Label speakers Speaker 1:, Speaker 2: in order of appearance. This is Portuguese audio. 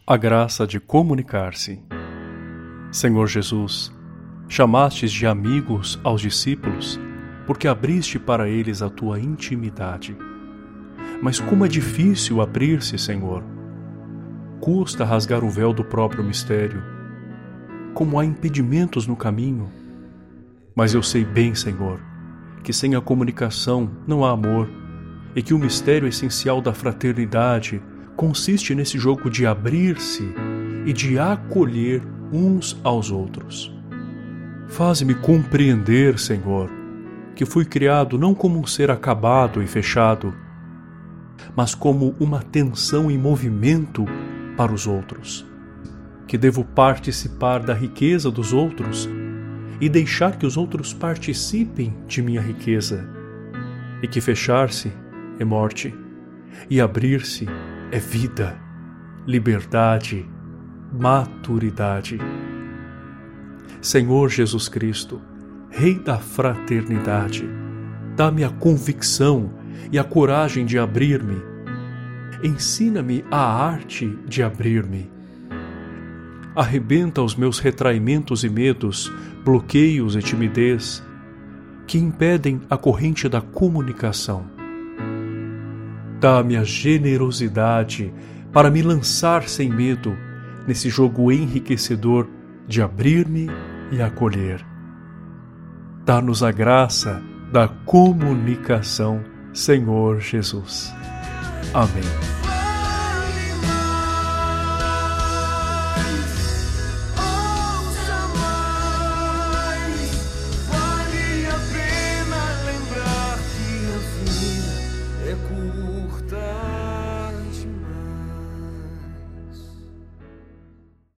Speaker 1: A graça de comunicar-se. Senhor Jesus, chamastes de amigos aos discípulos, porque abriste para eles a tua intimidade. Mas como é difícil abrir-se, Senhor! Custa rasgar o véu do próprio mistério. Como há impedimentos no caminho. Mas eu sei bem, Senhor, que sem a comunicação não há amor, e que o mistério essencial da fraternidade consiste nesse jogo de abrir-se e de acolher uns aos outros. Faze-me compreender, Senhor, que fui criado não como um ser acabado e fechado, mas como uma tensão em movimento para os outros, que devo participar da riqueza dos outros e deixar que os outros participem de minha riqueza, e que fechar-se é morte e abrir-se é vida, liberdade, maturidade. Senhor Jesus Cristo, Rei da fraternidade, dá-me a convicção e a coragem de abrir-me. Ensina-me a arte de abrir-me. Arrebenta os meus retraimentos e medos, bloqueios e timidez, que impedem a corrente da comunicação. Dá-me a generosidade para me lançar sem medo nesse jogo enriquecedor de abrir-me e acolher. Dá-nos a graça da comunicação, Senhor Jesus. Amém.